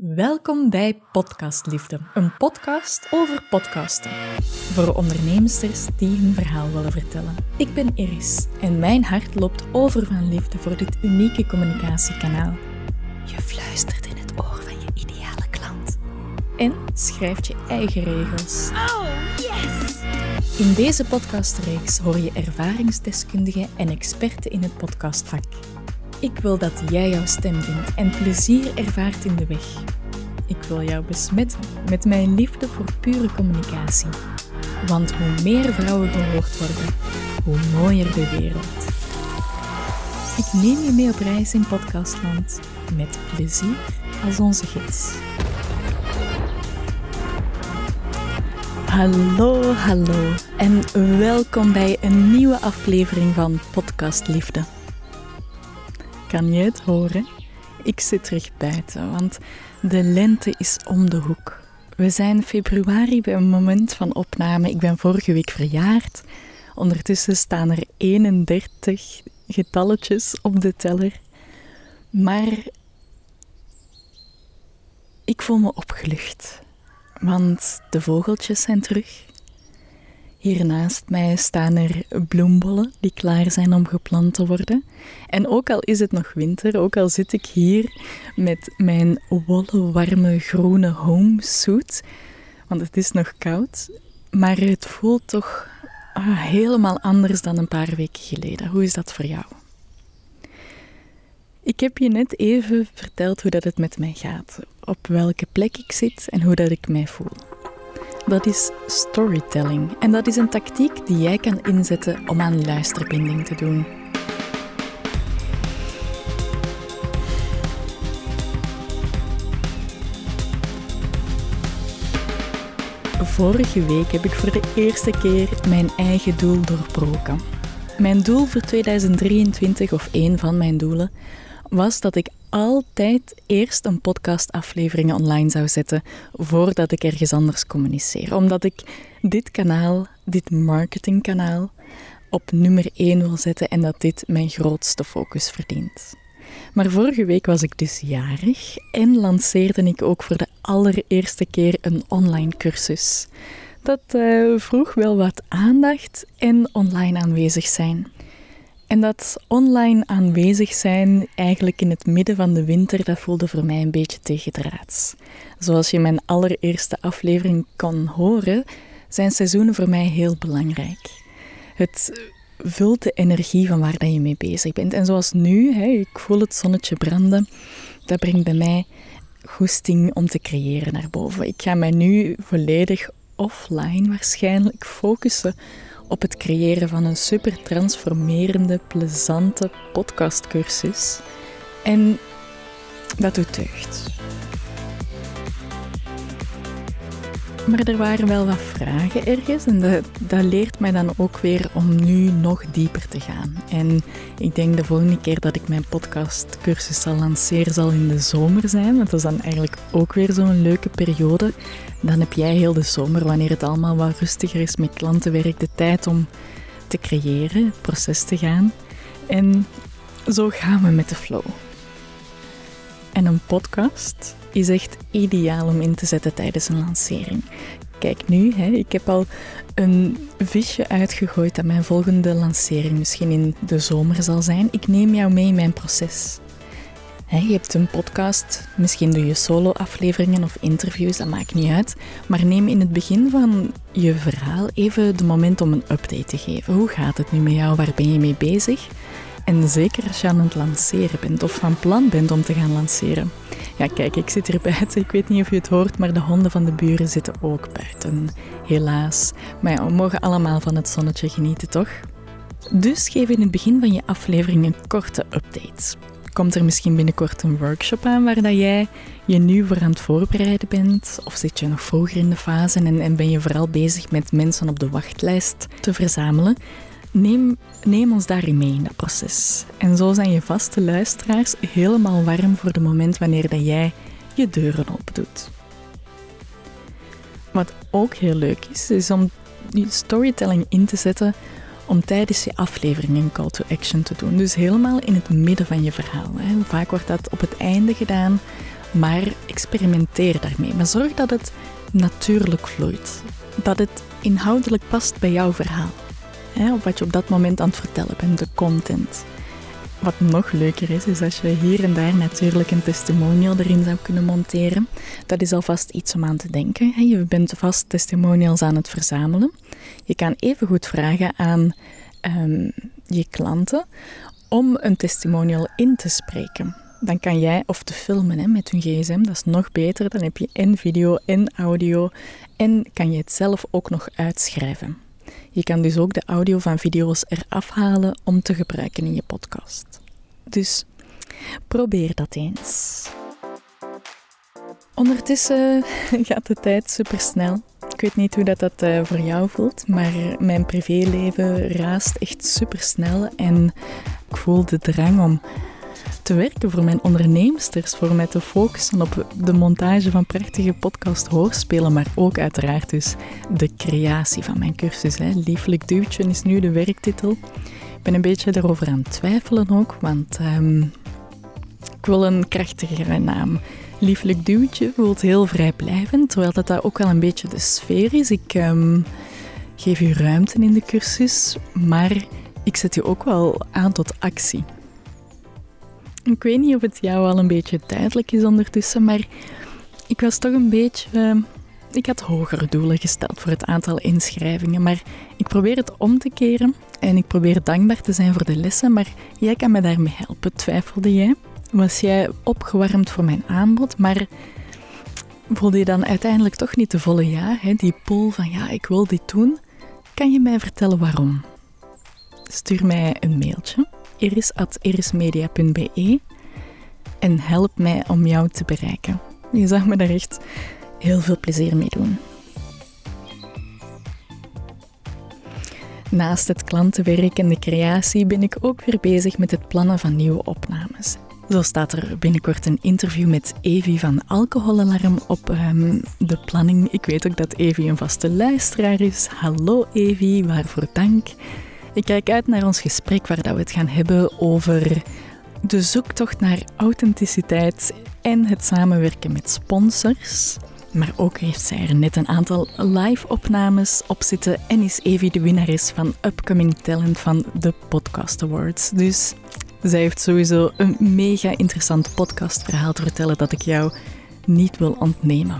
Welkom bij Podcastliefde, een podcast over podcasten. Voor onderneemsters die hun verhaal willen vertellen. Ik ben Iris en mijn hart loopt over van liefde voor dit unieke communicatiekanaal. Je fluistert in het oor van je ideale klant. En schrijft je eigen regels. Oh, yes! In deze podcastreeks hoor je ervaringsdeskundigen en experten in het podcastvak. Ik wil dat jij jouw stem vindt en plezier ervaart in de weg. Ik wil jou besmetten met mijn liefde voor pure communicatie. Want hoe meer vrouwen gehoord worden, hoe mooier de wereld. Ik neem je mee op reis in podcastland, met plezier als onze gids. Hallo en welkom bij een nieuwe aflevering van Podcastliefde. Kan je het horen? Ik zit terug buiten, want de lente is om de hoek. We zijn februari bij een moment van opname. Ik ben vorige week verjaard. Ondertussen staan er 31 getalletjes op de teller. Maar ik voel me opgelucht, want de vogeltjes zijn terug. Hier naast mij staan er bloembollen die klaar zijn om geplant te worden. En ook al is het nog winter, ook al zit ik hier met mijn wollen, warme, groene homesuit, want het is nog koud, maar het voelt toch helemaal anders dan een paar weken geleden. Hoe is dat voor jou? Ik heb je net even verteld hoe dat het met mij gaat, op welke plek ik zit en hoe dat ik mij voel. Dat is storytelling en dat is een tactiek die jij kan inzetten om aan luisterbinding te doen. Vorige week heb ik voor de eerste keer mijn eigen doel doorbroken. Mijn doel voor 2023, of één van mijn doelen, was dat ik altijd eerst een podcastaflevering online zou zetten voordat ik ergens anders communiceer. Omdat ik dit kanaal, dit marketingkanaal, op nummer 1 wil zetten en dat dit mijn grootste focus verdient. Maar vorige week was ik dus jarig en lanceerde ik ook voor de allereerste keer een online cursus. Dat vroeg wel wat aandacht en online aanwezig zijn. En dat online aanwezig zijn, eigenlijk in het midden van de winter, dat voelde voor mij een beetje tegendraads. Zoals je mijn allereerste aflevering kon horen, zijn seizoenen voor mij heel belangrijk. Het vult de energie van waar dat je mee bezig bent. En zoals nu, ik voel het zonnetje branden, dat brengt bij mij goesting om te creëren naar boven. Ik ga mij nu volledig offline waarschijnlijk focussen op het creëren van een super transformerende, plezante podcastcursus. En dat doet deugd. Maar er waren wel wat vragen ergens en dat leert mij dan ook weer om nu nog dieper te gaan. En ik denk de volgende keer dat ik mijn podcastcursus zal lanceren zal in de zomer zijn, want dat is dan eigenlijk ook weer zo'n leuke periode. Dan heb jij heel de zomer, wanneer het allemaal wat rustiger is met klantenwerk, de tijd om te creëren, het proces te gaan. En zo gaan we met de flow. En een podcast is echt ideaal om in te zetten tijdens een lancering. Kijk nu, ik heb al een visje uitgegooid dat mijn volgende lancering misschien in de zomer zal zijn. Ik neem jou mee in mijn proces. Je hebt een podcast, misschien doe je solo-afleveringen of interviews, dat maakt niet uit. Maar neem in het begin van je verhaal even de moment om een update te geven. Hoe gaat het nu met jou? Waar ben je mee bezig? En zeker als je aan het lanceren bent of van plan bent om te gaan lanceren. Ja, kijk, ik zit hier buiten. Ik weet niet of je het hoort, maar de honden van de buren zitten ook buiten. Helaas. Maar ja, we mogen allemaal van het zonnetje genieten, toch? Dus geef in het begin van je aflevering een korte update. Komt er misschien binnenkort een workshop aan waar dat jij je nu voor aan het voorbereiden bent? Of zit je nog vroeger in de fase en ben je vooral bezig met mensen op de wachtlijst te verzamelen? Neem ons daarin mee in dat proces. En zo zijn je vaste luisteraars helemaal warm voor het moment wanneer dat jij je deuren opdoet. Wat ook heel leuk is om je storytelling in te zetten om tijdens je aflevering een call to action te doen. Dus helemaal in het midden van je verhaal. Vaak wordt dat op het einde gedaan, maar experimenteer daarmee. Maar zorg dat het natuurlijk vloeit. Dat het inhoudelijk past bij jouw verhaal. Op wat je op dat moment aan het vertellen bent, de content. Wat nog leuker is als je hier en daar natuurlijk een testimonial erin zou kunnen monteren. Dat is alvast iets om aan te denken. Je bent vast testimonials aan het verzamelen. Je kan evengoed vragen aan je klanten om een testimonial in te spreken. Dan kan jij, of te filmen met hun gsm, dat is nog beter. Dan heb je en video en audio en kan je het zelf ook nog uitschrijven. Je kan dus ook de audio van video's eraf halen om te gebruiken in je podcast. Dus probeer dat eens. Ondertussen gaat de tijd supersnel. Ik weet niet hoe dat voor jou voelt, maar mijn privéleven raast echt supersnel en ik voel de drang om te werken voor mijn onderneemsters, voor mij te focussen op de montage van prachtige podcast-hoorspelen, maar ook uiteraard dus de creatie van mijn cursus. Lieflijk Duwtje is nu de werktitel. Ik ben een beetje erover aan het twijfelen ook, want ik wil een krachtigere naam. Lieflijk Duwtje voelt heel vrijblijvend, terwijl dat ook wel een beetje de sfeer is. Ik geef je ruimte in de cursus, maar ik zet je ook wel aan tot actie. Ik weet niet of het jou al een beetje duidelijk is ondertussen, maar ik was toch een beetje... Ik had hogere doelen gesteld voor het aantal inschrijvingen, maar ik probeer het om te keren en ik probeer dankbaar te zijn voor de lessen, maar jij kan me daarmee helpen. Twijfelde jij? Was jij opgewarmd voor mijn aanbod, maar voelde je dan uiteindelijk toch niet de volle ja? Die pull van ja, ik wil dit doen. Kan je mij vertellen waarom? Stuur mij een mailtje. iris@irismedia.be en help mij om jou te bereiken. Je zou me daar echt heel veel plezier mee doen. Naast het klantenwerk en de creatie ben ik ook weer bezig met het plannen van nieuwe opnames. Zo staat er binnenkort een interview met Evie van Alcoholalarm op de planning. Ik weet ook dat Evie een vaste luisteraar is. Hallo Evie, waarvoor dank. Ik kijk uit naar ons gesprek waar we het gaan hebben over de zoektocht naar authenticiteit en het samenwerken met sponsors. Maar ook heeft zij er net een aantal live-opnames op zitten en is Evie de winnares van Upcoming Talent van de Podcast Awards. Dus zij heeft sowieso een mega interessant podcastverhaal te vertellen dat ik jou niet wil ontnemen.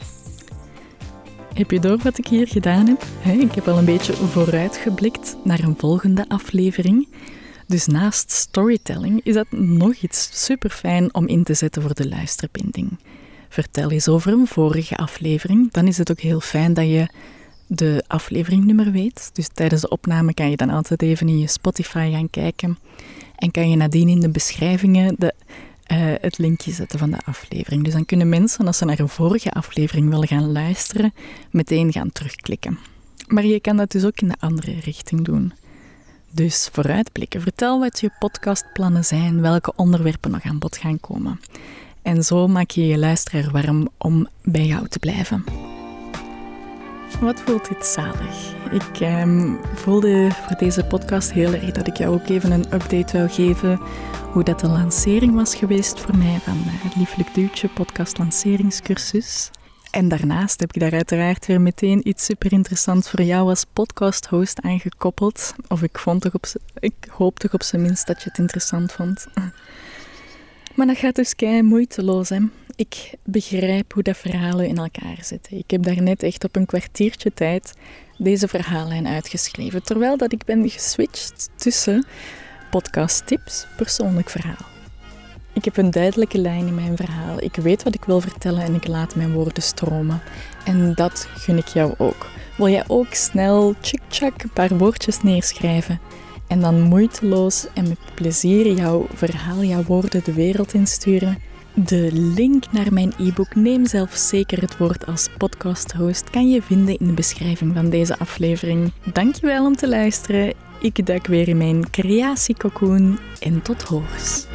Heb je door wat ik hier gedaan heb? Ik heb al een beetje vooruitgeblikt naar een volgende aflevering. Dus naast storytelling is dat nog iets superfijn om in te zetten voor de luisterbinding. Vertel eens over een vorige aflevering. Dan is het ook heel fijn dat je de afleveringnummer weet. Dus tijdens de opname kan je dan altijd even in je Spotify gaan kijken. En kan je nadien in de beschrijvingen het linkje zetten van de aflevering. Dus dan kunnen mensen, als ze naar een vorige aflevering willen gaan luisteren, meteen gaan terugklikken. Maar je kan dat dus ook in de andere richting doen. Dus vooruitblikken. Vertel wat je podcastplannen zijn, welke onderwerpen nog aan bod gaan komen. En zo maak je je luisteraar warm om bij jou te blijven. Wat voelt dit zalig? Ik voelde voor deze podcast heel erg dat ik jou ook even een update wil geven hoe dat de lancering was geweest voor mij van het Lieflijk Duwtje podcast lanceringscursus. En daarnaast heb ik daar uiteraard weer meteen iets super interessants voor jou als podcast-host aangekoppeld. Of ik hoop toch op zijn minst dat je het interessant vond. Maar dat gaat dus kei moeiteloos, hè. Ik begrijp hoe dat verhalen in elkaar zitten. Ik heb daar net echt op een kwartiertje tijd deze verhaallijn uitgeschreven. Terwijl dat ik ben geswitcht tussen podcasttips, persoonlijk verhaal. Ik heb een duidelijke lijn in mijn verhaal. Ik weet wat ik wil vertellen en ik laat mijn woorden stromen. En dat gun ik jou ook. Wil jij ook snel, tjik-tjak, een paar woordjes neerschrijven? En dan moeiteloos en met plezier jouw verhaal, jouw woorden de wereld insturen? De link naar mijn e-book Neem zelf zeker het woord als podcast-host kan je vinden in de beschrijving van deze aflevering. Dankjewel om te luisteren. Ik duik weer in mijn creatiecocoon en tot hoors.